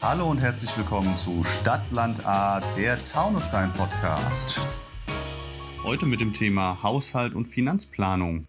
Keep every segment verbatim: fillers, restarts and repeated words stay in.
Hallo und herzlich willkommen zu Stadt, Land, A, der Taunusstein-Podcast. Heute mit dem Thema Haushalt und Finanzplanung.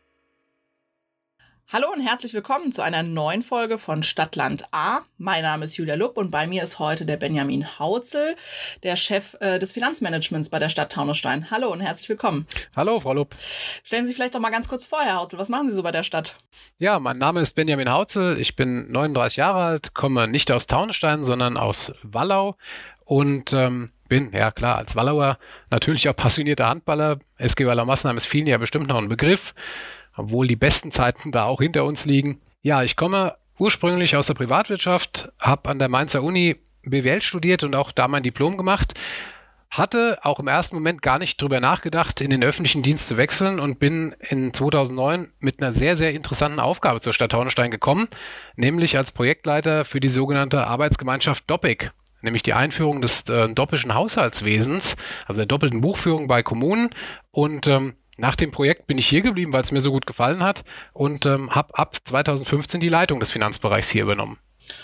Hallo und herzlich willkommen zu einer neuen Folge von Stadt, Land, A. Mein Name ist Julia Lupp und bei mir ist heute der Benjamin Hautzel, der Chef äh, des Finanzmanagements bei der Stadt Taunusstein. Hallo und herzlich willkommen. Hallo, Frau Lupp. Stellen Sie sich vielleicht doch mal ganz kurz vor, Herr Hautzel. Was machen Sie so bei der Stadt? Ja, mein Name ist Benjamin Hautzel. Ich bin neununddreißig Jahre alt, komme nicht aus Taunusstein, sondern aus Wallau und ähm, bin, ja klar, als Wallauer natürlich auch passionierter Handballer. S G Wallau-Massenheim ist vielen ja bestimmt noch ein Begriff, obwohl die besten Zeiten da auch hinter uns liegen. Ja, ich komme ursprünglich aus der Privatwirtschaft, habe an der Mainzer Uni B W L studiert und auch da mein Diplom gemacht. Hatte auch im ersten Moment gar nicht drüber nachgedacht, in den öffentlichen Dienst zu wechseln und bin in zweitausendneun mit einer sehr, sehr interessanten Aufgabe zur Stadt Taunusstein gekommen, nämlich als Projektleiter für die sogenannte Arbeitsgemeinschaft Doppik, nämlich die Einführung des äh, doppischen Haushaltswesens, also der doppelten Buchführung bei Kommunen. Und ähm, nach dem Projekt bin ich hier geblieben, weil es mir so gut gefallen hat und ähm, habe ab zweitausendfünfzehn die Leitung des Finanzbereichs hier übernommen.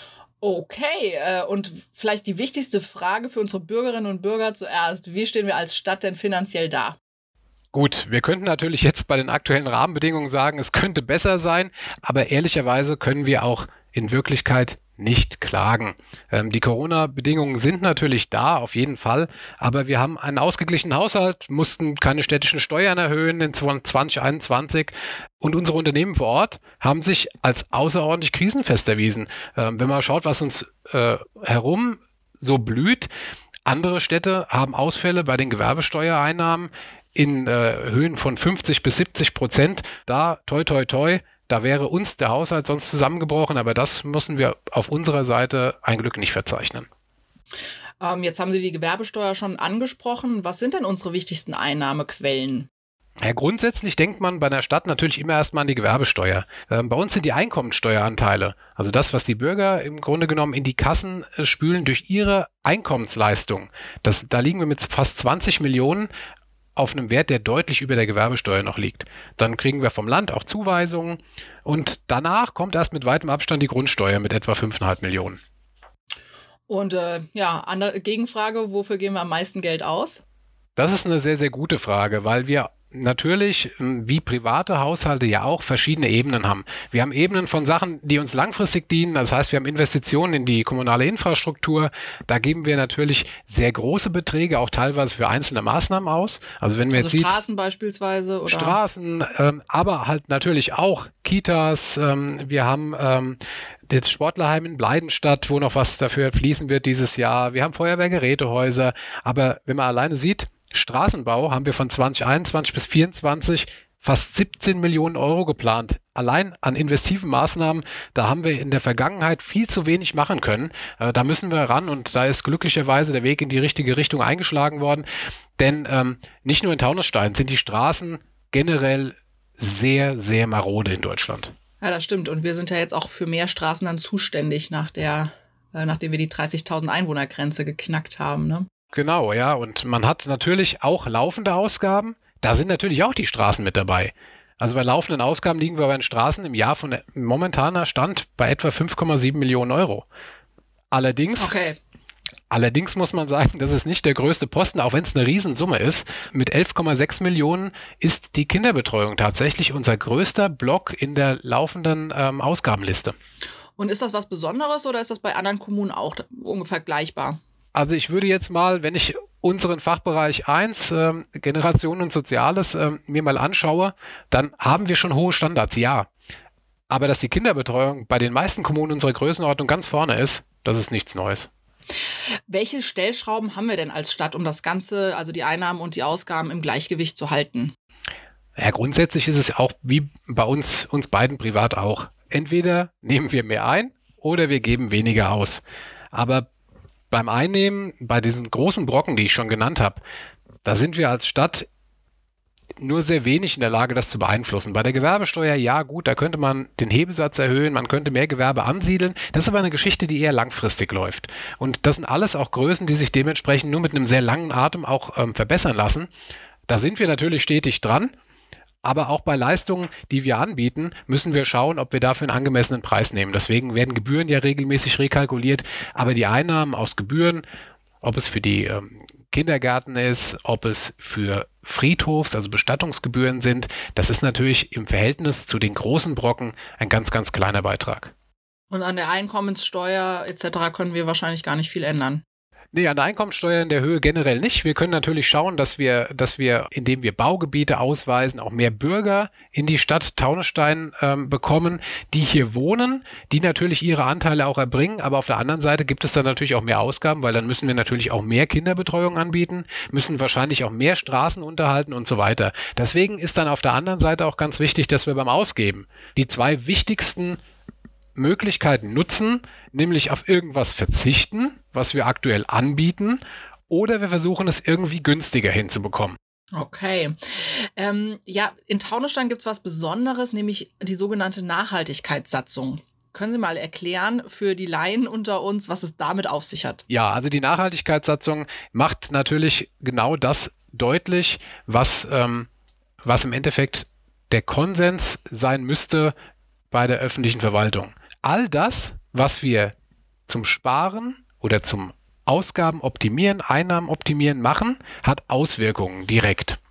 Okay, äh, und vielleicht die wichtigste Frage für unsere Bürgerinnen und Bürger zuerst. Wie stehen wir als Stadt denn finanziell da? Gut, wir könnten natürlich jetzt bei den aktuellen Rahmenbedingungen sagen, es könnte besser sein, aber ehrlicherweise können wir auch in Wirklichkeit nicht klagen. Ähm, die Corona-Bedingungen sind natürlich da, auf jeden Fall, aber wir haben einen ausgeglichenen Haushalt, mussten keine städtischen Steuern erhöhen in zwanzig einundzwanzig und unsere Unternehmen vor Ort haben sich als außerordentlich krisenfest erwiesen. Ähm, wenn man schaut, was uns äh, herum so blüht, andere Städte haben Ausfälle bei den Gewerbesteuereinnahmen in äh, Höhen von fünfzig bis siebzig Prozent. Da, toi, toi, toi, da wäre uns der Haushalt sonst zusammengebrochen, aber das müssen wir auf unserer Seite ein Glück nicht verzeichnen. Ähm, jetzt haben Sie die Gewerbesteuer schon angesprochen. Was sind denn unsere wichtigsten Einnahmequellen? Ja, grundsätzlich denkt man bei der Stadt natürlich immer erstmal an die Gewerbesteuer. Ähm, bei uns sind die Einkommensteueranteile, also das, was die Bürger im Grunde genommen in die Kassen äh, spülen durch ihre Einkommensleistung. Das, da liegen wir mit fast zwanzig Millionen auf einem Wert, der deutlich über der Gewerbesteuer noch liegt. Dann kriegen wir vom Land auch Zuweisungen und danach kommt erst mit weitem Abstand die Grundsteuer mit etwa fünf Komma fünf Millionen. Und äh, ja, andere Gegenfrage, wofür geben wir am meisten Geld aus? Das ist eine sehr, sehr gute Frage, weil wir natürlich, wie private Haushalte ja auch, verschiedene Ebenen haben. Wir haben Ebenen von Sachen, die uns langfristig dienen. Das heißt, wir haben Investitionen in die kommunale Infrastruktur. Da geben wir natürlich sehr große Beträge, auch teilweise für einzelne Maßnahmen aus. Also wenn wir also jetzt Straßen sieht, beispielsweise? Oder? Straßen, ähm, aber halt natürlich auch Kitas. Ähm, wir haben ähm, das Sportlerheim in Bleidenstadt, wo noch was dafür fließen wird dieses Jahr. Wir haben Feuerwehrgerätehäuser. Aber wenn man alleine sieht, Straßenbau haben wir von zwanzig einundzwanzig bis vierundzwanzig fast siebzehn Millionen Euro geplant. Allein an investiven Maßnahmen, da haben wir in der Vergangenheit viel zu wenig machen können. Äh, da müssen wir ran und da ist glücklicherweise der Weg in die richtige Richtung eingeschlagen worden. Denn ähm, nicht nur in Taunusstein sind die Straßen generell sehr, sehr marode in Deutschland. Ja, das stimmt. Und wir sind ja jetzt auch für mehr Straßen dann zuständig, nach der, äh, nachdem wir die dreißigtausend Einwohnergrenze geknackt haben, ne? Genau, ja. Und man hat natürlich auch laufende Ausgaben. Da sind natürlich auch die Straßen mit dabei. Also bei laufenden Ausgaben liegen wir bei den Straßen im Jahr von momentaner Stand bei etwa fünf Komma sieben Millionen Euro. Allerdings, okay. allerdings muss man sagen, das ist nicht der größte Posten, auch wenn es eine Riesensumme ist. Mit elf Komma sechs Millionen ist die Kinderbetreuung tatsächlich unser größter Block in der laufenden ähm, Ausgabenliste. Und ist das was Besonderes oder ist das bei anderen Kommunen auch ungefähr gleichbar? Also ich würde jetzt mal, wenn ich unseren Fachbereich eins, ähm, Generation und Soziales, ähm, mir mal anschaue, dann haben wir schon hohe Standards, ja. Aber dass die Kinderbetreuung bei den meisten Kommunen unserer Größenordnung ganz vorne ist, das ist nichts Neues. Welche Stellschrauben haben wir denn als Stadt, um das Ganze, also die Einnahmen und die Ausgaben im Gleichgewicht zu halten? Ja, grundsätzlich ist es auch wie bei uns, uns beiden privat auch. Entweder nehmen wir mehr ein oder wir geben weniger aus. Aber beim Einnehmen, bei diesen großen Brocken, die ich schon genannt habe, da sind wir als Stadt nur sehr wenig in der Lage, das zu beeinflussen. Bei der Gewerbesteuer, ja gut, da könnte man den Hebesatz erhöhen, man könnte mehr Gewerbe ansiedeln. Das ist aber eine Geschichte, die eher langfristig läuft. Und das sind alles auch Größen, die sich dementsprechend nur mit einem sehr langen Atem auch ähm, verbessern lassen. Da sind wir natürlich stetig dran, Aber auch bei Leistungen, die wir anbieten, müssen wir schauen, ob wir dafür einen angemessenen Preis nehmen. Deswegen werden Gebühren ja regelmäßig rekalkuliert, aber die Einnahmen aus Gebühren, ob es für die ähm, Kindergärten ist, ob es für Friedhofs-, also Bestattungsgebühren sind, das ist natürlich im Verhältnis zu den großen Brocken ein ganz, ganz kleiner Beitrag. Und an der Einkommenssteuer et cetera können wir wahrscheinlich gar nicht viel ändern. Nee, an der Einkommensteuer in der Höhe generell nicht. Wir können natürlich schauen, dass wir, dass wir, indem wir Baugebiete ausweisen, auch mehr Bürger in die Stadt Taunusstein ähm, bekommen, die hier wohnen, die natürlich ihre Anteile auch erbringen. Aber auf der anderen Seite gibt es dann natürlich auch mehr Ausgaben, weil dann müssen wir natürlich auch mehr Kinderbetreuung anbieten, müssen wahrscheinlich auch mehr Straßen unterhalten und so weiter. Deswegen ist dann auf der anderen Seite auch ganz wichtig, dass wir beim Ausgeben die zwei wichtigsten Möglichkeiten nutzen, nämlich auf irgendwas verzichten, was wir aktuell anbieten, oder wir versuchen es irgendwie günstiger hinzubekommen. Okay. Ähm, ja, in Taunusstein gibt es was Besonderes, nämlich die sogenannte Nachhaltigkeitssatzung. Können Sie mal erklären für die Laien unter uns, was es damit auf sich hat? Ja, also die Nachhaltigkeitssatzung macht natürlich genau das deutlich, was, ähm, was im Endeffekt der Konsens sein müsste bei der öffentlichen Verwaltung. All das, was wir zum Sparen oder zum Ausgaben optimieren, Einnahmen optimieren machen, hat Auswirkungen direkt.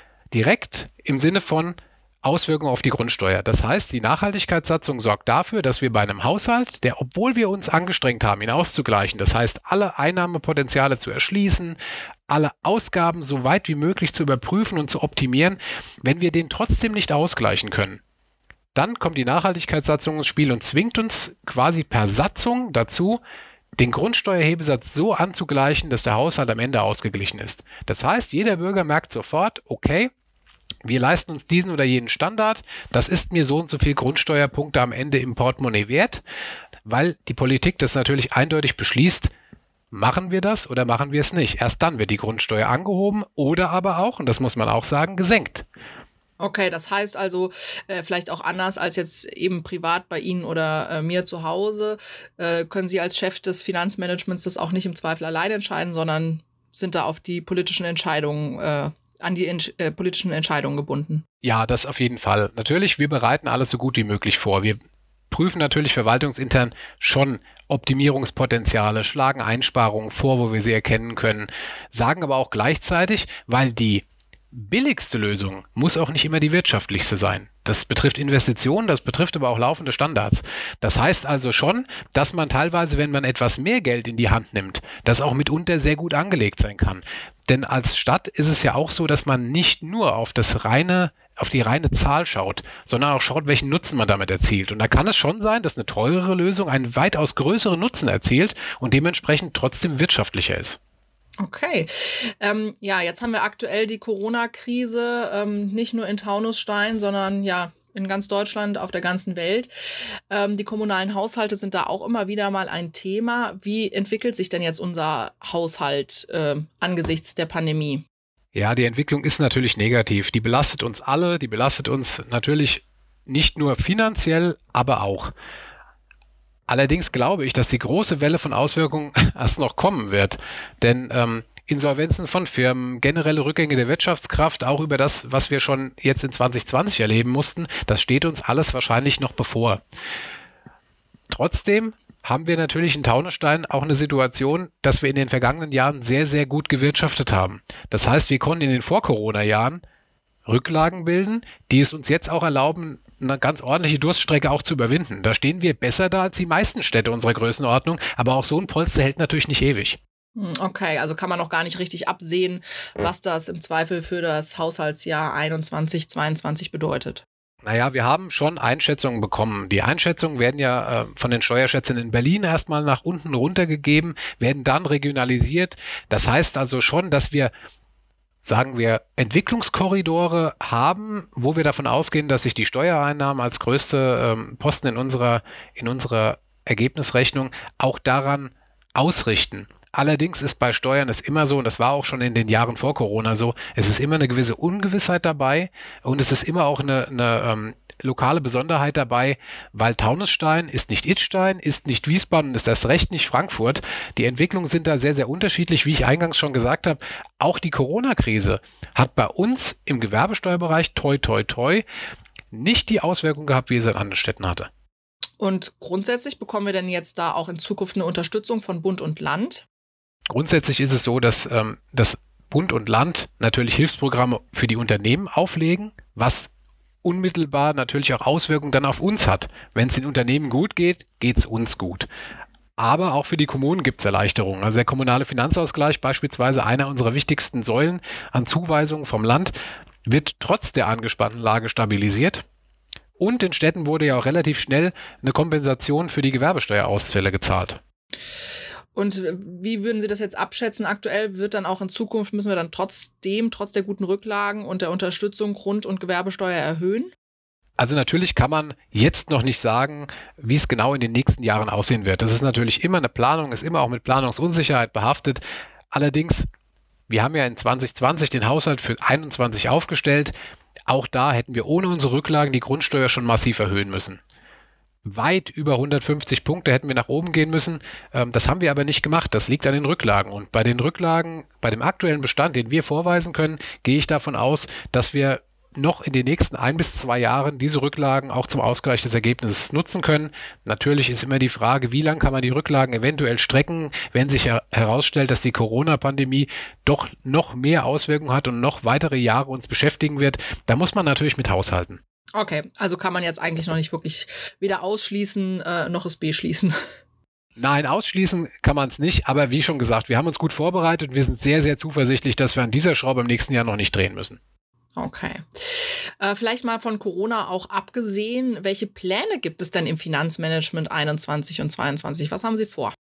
Direkt im Sinne von Auswirkungen auf die Grundsteuer. Das heißt, die Nachhaltigkeitssatzung sorgt dafür, dass wir bei einem Haushalt, der, obwohl wir uns angestrengt haben, ihn auszugleichen, das heißt, alle Einnahmepotenziale zu erschließen, alle Ausgaben so weit wie möglich zu überprüfen und zu optimieren, wenn wir den trotzdem nicht ausgleichen können, dann kommt die Nachhaltigkeitssatzung ins Spiel und zwingt uns quasi per Satzung dazu, den Grundsteuerhebesatz so anzugleichen, dass der Haushalt am Ende ausgeglichen ist. Das heißt, jeder Bürger merkt sofort, okay, wir leisten uns diesen oder jenen Standard, das ist mir so und so viel Grundsteuerpunkte am Ende im Portemonnaie wert, weil die Politik das natürlich eindeutig beschließt, machen wir das oder machen wir es nicht. Erst dann wird die Grundsteuer angehoben oder aber auch, und das muss man auch sagen, gesenkt. Okay, das heißt also äh, vielleicht auch anders als jetzt eben privat bei Ihnen oder äh, mir zu Hause, äh, können Sie als Chef des Finanzmanagements das auch nicht im Zweifel alleine entscheiden, sondern sind da auf die politischen Entscheidungen, äh, an die Entsch- äh, politischen Entscheidungen gebunden. Ja, das auf jeden Fall. Natürlich, wir bereiten alles so gut wie möglich vor. Wir prüfen natürlich verwaltungsintern schon Optimierungspotenziale, schlagen Einsparungen vor, wo wir sie erkennen können, sagen aber auch gleichzeitig, weil die billigste Lösung muss auch nicht immer die wirtschaftlichste sein. Das betrifft Investitionen, das betrifft aber auch laufende Standards. Das heißt also schon, dass man teilweise, wenn man etwas mehr Geld in die Hand nimmt, das auch mitunter sehr gut angelegt sein kann. Denn als Stadt ist es ja auch so, dass man nicht nur auf das reine, auf die reine Zahl schaut, sondern auch schaut, welchen Nutzen man damit erzielt. Und da kann es schon sein, dass eine teurere Lösung einen weitaus größeren Nutzen erzielt und dementsprechend trotzdem wirtschaftlicher ist. Okay. Ähm, ja, jetzt haben wir aktuell die Corona-Krise, ähm, nicht nur in Taunusstein, sondern ja in ganz Deutschland, auf der ganzen Welt. Ähm, die kommunalen Haushalte sind da auch immer wieder mal ein Thema. Wie entwickelt sich denn jetzt unser Haushalt äh, angesichts der Pandemie? Ja, die Entwicklung ist natürlich negativ. Die belastet uns alle, die belastet uns natürlich nicht nur finanziell, aber auch. Allerdings glaube ich, dass die große Welle von Auswirkungen erst noch kommen wird. Denn ähm, Insolvenzen von Firmen, generelle Rückgänge der Wirtschaftskraft, auch über das, was wir schon jetzt in zwanzig zwanzig erleben mussten, das steht uns alles wahrscheinlich noch bevor. Trotzdem haben wir natürlich in Taunusstein auch eine Situation, dass wir in den vergangenen Jahren sehr, sehr gut gewirtschaftet haben. Das heißt, wir konnten in den Vor-Corona-Jahren Rücklagen bilden, die es uns jetzt auch erlauben, eine ganz ordentliche Durststrecke auch zu überwinden. Da stehen wir besser da als die meisten Städte unserer Größenordnung, aber auch so ein Polster hält natürlich nicht ewig. Okay, also kann man noch gar nicht richtig absehen, was das im Zweifel für das Haushaltsjahr einundzwanzig zweiundzwanzig bedeutet. Naja, wir haben schon Einschätzungen bekommen. Die Einschätzungen werden ja äh, von den Steuerschätzern in Berlin erstmal nach unten runtergegeben, werden dann regionalisiert. Das heißt also schon, dass wir sagen wir, Entwicklungskorridore haben, wo wir davon ausgehen, dass sich die Steuereinnahmen als größte ähm, Posten in unserer, in unserer Ergebnisrechnung auch daran ausrichten. Allerdings ist bei Steuern es immer so, und das war auch schon in den Jahren vor Corona so, es ist immer eine gewisse Ungewissheit dabei und es ist immer auch eine, eine, lokale Besonderheit dabei, weil Taunusstein ist nicht Idstein, ist nicht Wiesbaden und ist erst recht nicht Frankfurt. Die Entwicklungen sind da sehr, sehr unterschiedlich, wie ich eingangs schon gesagt habe. Auch die Corona-Krise hat bei uns im Gewerbesteuerbereich toi toi toi nicht die Auswirkungen gehabt, wie es in anderen Städten hatte. Und grundsätzlich bekommen wir denn jetzt da auch in Zukunft eine Unterstützung von Bund und Land? Grundsätzlich ist es so, dass ähm, das Bund und Land natürlich Hilfsprogramme für die Unternehmen auflegen, was unmittelbar natürlich auch Auswirkungen dann auf uns hat. Wenn es den Unternehmen gut geht, geht es uns gut. Aber auch für die Kommunen gibt es Erleichterungen. Also der kommunale Finanzausgleich, beispielsweise einer unserer wichtigsten Säulen an Zuweisungen vom Land, wird trotz der angespannten Lage stabilisiert. Und den Städten wurde ja auch relativ schnell eine Kompensation für die Gewerbesteuerausfälle gezahlt. Und wie würden Sie das jetzt abschätzen? Aktuell wird dann auch in Zukunft, müssen wir dann trotzdem, trotz der guten Rücklagen und der Unterstützung Grund- und Gewerbesteuer erhöhen? Also natürlich kann man jetzt noch nicht sagen, wie es genau in den nächsten Jahren aussehen wird. Das ist natürlich immer eine Planung, ist immer auch mit Planungsunsicherheit behaftet. Allerdings, wir haben ja in zwanzig zwanzig den Haushalt für einundzwanzig aufgestellt. Auch da hätten wir ohne unsere Rücklagen die Grundsteuer schon massiv erhöhen müssen. Weit über hundertfünfzig Punkte hätten wir nach oben gehen müssen. Das haben wir aber nicht gemacht. Das liegt an den Rücklagen. Und bei den Rücklagen, bei dem aktuellen Bestand, den wir vorweisen können, gehe ich davon aus, dass wir noch in den nächsten ein bis zwei Jahren diese Rücklagen auch zum Ausgleich des Ergebnisses nutzen können. Natürlich ist immer die Frage, wie lange kann man die Rücklagen eventuell strecken, wenn sich her- herausstellt, dass die Corona-Pandemie doch noch mehr Auswirkungen hat und noch weitere Jahre uns beschäftigen wird. Da muss man natürlich mit haushalten. Okay, also kann man jetzt eigentlich noch nicht wirklich weder ausschließen, äh, noch es beschließen. Nein, ausschließen kann man es nicht, aber wie schon gesagt, wir haben uns gut vorbereitet und wir sind sehr, sehr zuversichtlich, dass wir an dieser Schraube im nächsten Jahr noch nicht drehen müssen. Okay. Äh, vielleicht mal von Corona auch abgesehen, welche Pläne gibt es denn im Finanzmanagement einundzwanzig und zweiundzwanzig? Was haben Sie vor?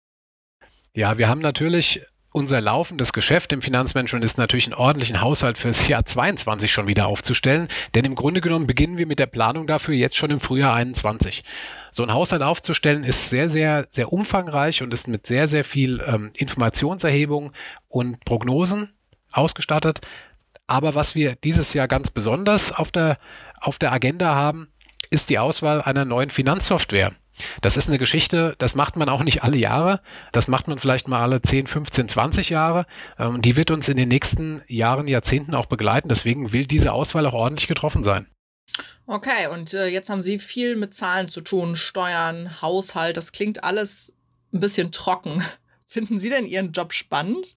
Ja, wir haben natürlich unser laufendes Geschäft im Finanzmanagement ist natürlich einen ordentlichen Haushalt für das Jahr zweiundzwanzig schon wieder aufzustellen, denn im Grunde genommen beginnen wir mit der Planung dafür jetzt schon im Frühjahr einundzwanzig. So einen Haushalt aufzustellen ist sehr, sehr, sehr umfangreich und ist mit sehr, sehr viel ähm, Informationserhebung und Prognosen ausgestattet. Aber was wir dieses Jahr ganz besonders auf der, auf der Agenda haben, ist die Auswahl einer neuen Finanzsoftware. Das ist eine Geschichte, das macht man auch nicht alle Jahre. Das macht man vielleicht mal alle zehn, fünfzehn, zwanzig Jahre. Ähm, die wird uns in den nächsten Jahren, Jahrzehnten auch begleiten. Deswegen will diese Auswahl auch ordentlich getroffen sein. Okay, und äh, jetzt haben Sie viel mit Zahlen zu tun, Steuern, Haushalt. Das klingt alles ein bisschen trocken. Finden Sie denn Ihren Job spannend?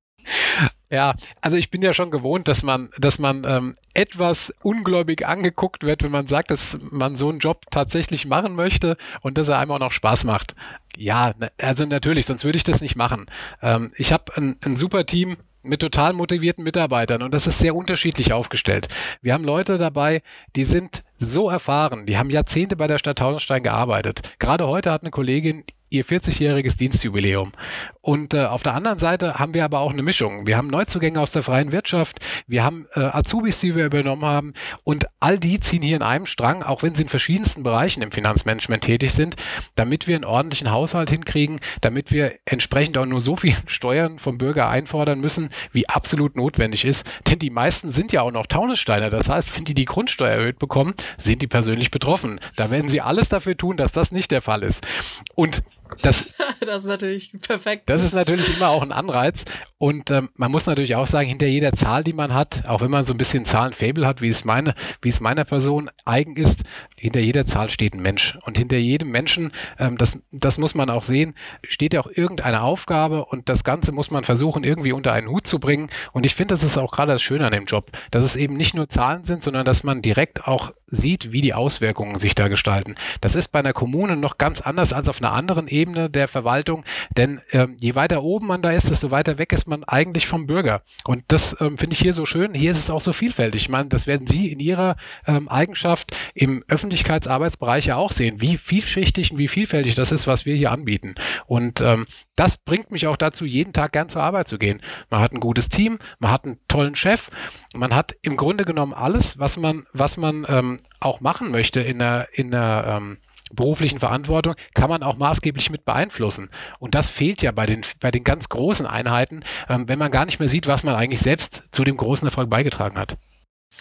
Ja, also ich bin ja schon gewohnt, dass man, dass man ähm, etwas ungläubig angeguckt wird, wenn man sagt, dass man so einen Job tatsächlich machen möchte und dass er einem auch noch Spaß macht. Ja, also natürlich, sonst würde ich das nicht machen. Ähm, ich habe ein, ein super Team mit total motivierten Mitarbeitern und das ist sehr unterschiedlich aufgestellt. Wir haben Leute dabei, die sind so erfahren, die haben Jahrzehnte bei der Stadt Taunusstein gearbeitet. Gerade heute hat eine Kollegin ihr vierzigjähriges Dienstjubiläum. Und äh, auf der anderen Seite haben wir aber auch eine Mischung. Wir haben Neuzugänge aus der freien Wirtschaft, wir haben äh, Azubis, die wir übernommen haben und all die ziehen hier in einem Strang, auch wenn sie in verschiedensten Bereichen im Finanzmanagement tätig sind, damit wir einen ordentlichen Haushalt hinkriegen, damit wir entsprechend auch nur so viel Steuern vom Bürger einfordern müssen, wie absolut notwendig ist. Denn die meisten sind ja auch noch Taunussteiner. Das heißt, wenn die die Grundsteuer erhöht bekommen, sind die persönlich betroffen. Da werden sie alles dafür tun, dass das nicht der Fall ist. Und Das, das ist natürlich perfekt. Das ist natürlich immer auch ein Anreiz. Und ähm, man muss natürlich auch sagen, hinter jeder Zahl, die man hat, auch wenn man so ein bisschen Zahlenfaible hat, wie es meine, wie es meiner Person eigen ist, hinter jeder Zahl steht ein Mensch. Und hinter jedem Menschen, ähm, das, das muss man auch sehen, steht ja auch irgendeine Aufgabe und das Ganze muss man versuchen, irgendwie unter einen Hut zu bringen. Und ich finde, das ist auch gerade das Schöne an dem Job, dass es eben nicht nur Zahlen sind, sondern dass man direkt auch sieht, wie die Auswirkungen sich da gestalten. Das ist bei einer Kommune noch ganz anders als auf einer anderen Ebene der Verwaltung, denn ähm, je weiter oben man da ist, desto weiter weg ist man eigentlich vom Bürger. Und das ähm, finde ich hier so schön. Hier ist es auch so vielfältig. Ich meine, das werden Sie in Ihrer ähm, Eigenschaft im Öffentlichkeitsarbeitsbereich ja auch sehen, wie vielschichtig und wie vielfältig das ist, was wir hier anbieten. Und ähm, das bringt mich auch dazu, jeden Tag gern zur Arbeit zu gehen. Man hat ein gutes Team, man hat einen tollen Chef, man hat im Grunde genommen alles, was man, was man ähm, auch machen möchte in der, in der ähm, beruflichen Verantwortung, kann man auch maßgeblich mit beeinflussen. Und das fehlt ja bei den, bei den ganz großen Einheiten, ähm, wenn man gar nicht mehr sieht, was man eigentlich selbst zu dem großen Erfolg beigetragen hat.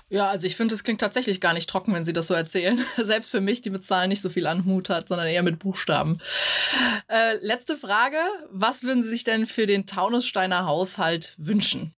Ja, also ich finde, es klingt tatsächlich gar nicht trocken, wenn Sie das so erzählen. Selbst für mich, die mit Zahlen nicht so viel an Hut hat, sondern eher mit Buchstaben. Äh, letzte Frage. Was würden Sie sich denn für den Taunussteiner Haushalt wünschen?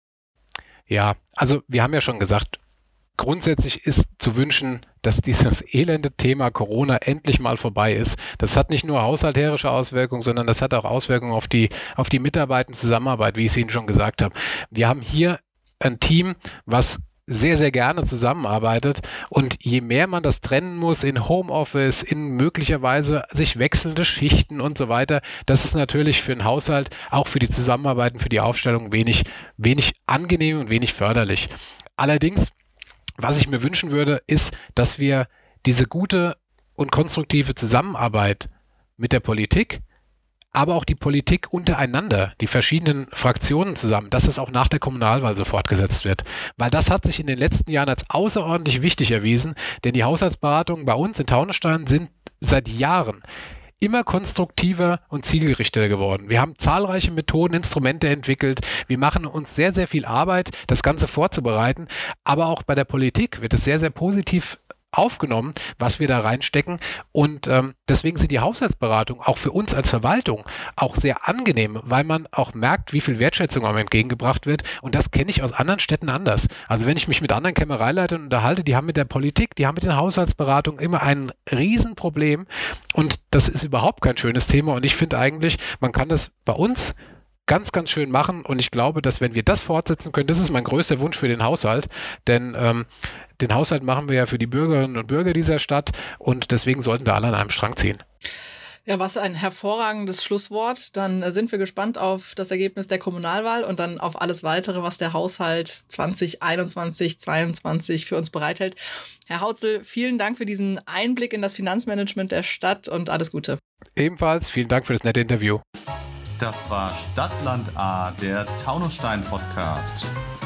Ja, also wir haben ja schon gesagt, grundsätzlich ist zu wünschen, dass dieses elende Thema Corona endlich mal vorbei ist. Das hat nicht nur haushalterische Auswirkungen, sondern das hat auch Auswirkungen auf die, auf die Mitarbeit und Zusammenarbeit, wie ich es Ihnen schon gesagt habe. Wir haben hier ein Team, was sehr, sehr gerne zusammenarbeitet, und je mehr man das trennen muss in Homeoffice, in möglicherweise sich wechselnde Schichten und so weiter, das ist natürlich für den Haushalt, auch für die Zusammenarbeit und für die Aufstellung wenig, wenig angenehm und wenig förderlich. Allerdings, was ich mir wünschen würde, ist, dass wir diese gute und konstruktive Zusammenarbeit mit der Politik, aber auch die Politik untereinander, die verschiedenen Fraktionen zusammen, dass es auch nach der Kommunalwahl so fortgesetzt wird. Weil das hat sich in den letzten Jahren als außerordentlich wichtig erwiesen, denn die Haushaltsberatungen bei uns in Taunusstein sind seit Jahren immer konstruktiver und zielgerichteter geworden. Wir haben zahlreiche Methoden, Instrumente entwickelt. Wir machen uns sehr, sehr viel Arbeit, das Ganze vorzubereiten. Aber auch bei der Politik wird es sehr, sehr positiv aufgenommen, was wir da reinstecken, und ähm, deswegen sind die Haushaltsberatungen auch für uns als Verwaltung auch sehr angenehm, weil man auch merkt, wie viel Wertschätzung einem entgegengebracht wird, und das kenne ich aus anderen Städten anders. Also wenn ich mich mit anderen Kämmereileitern unterhalte, die haben mit der Politik, die haben mit den Haushaltsberatungen immer ein Riesenproblem, und das ist überhaupt kein schönes Thema, und ich finde eigentlich, man kann das bei uns ganz, ganz schön machen, und ich glaube, dass wenn wir das fortsetzen können, das ist mein größter Wunsch für den Haushalt, denn ähm, den Haushalt machen wir ja für die Bürgerinnen und Bürger dieser Stadt, und deswegen sollten wir alle an einem Strang ziehen. Ja, was ein hervorragendes Schlusswort. Dann äh, sind wir gespannt auf das Ergebnis der Kommunalwahl und dann auf alles Weitere, was der Haushalt zwanzig einundzwanzig zweiundzwanzig für uns bereithält. Herr Hautzel, vielen Dank für diesen Einblick in das Finanzmanagement der Stadt und alles Gute. Ebenfalls vielen Dank für das nette Interview. Das war Stadtland A, der Taunusstein Podcast.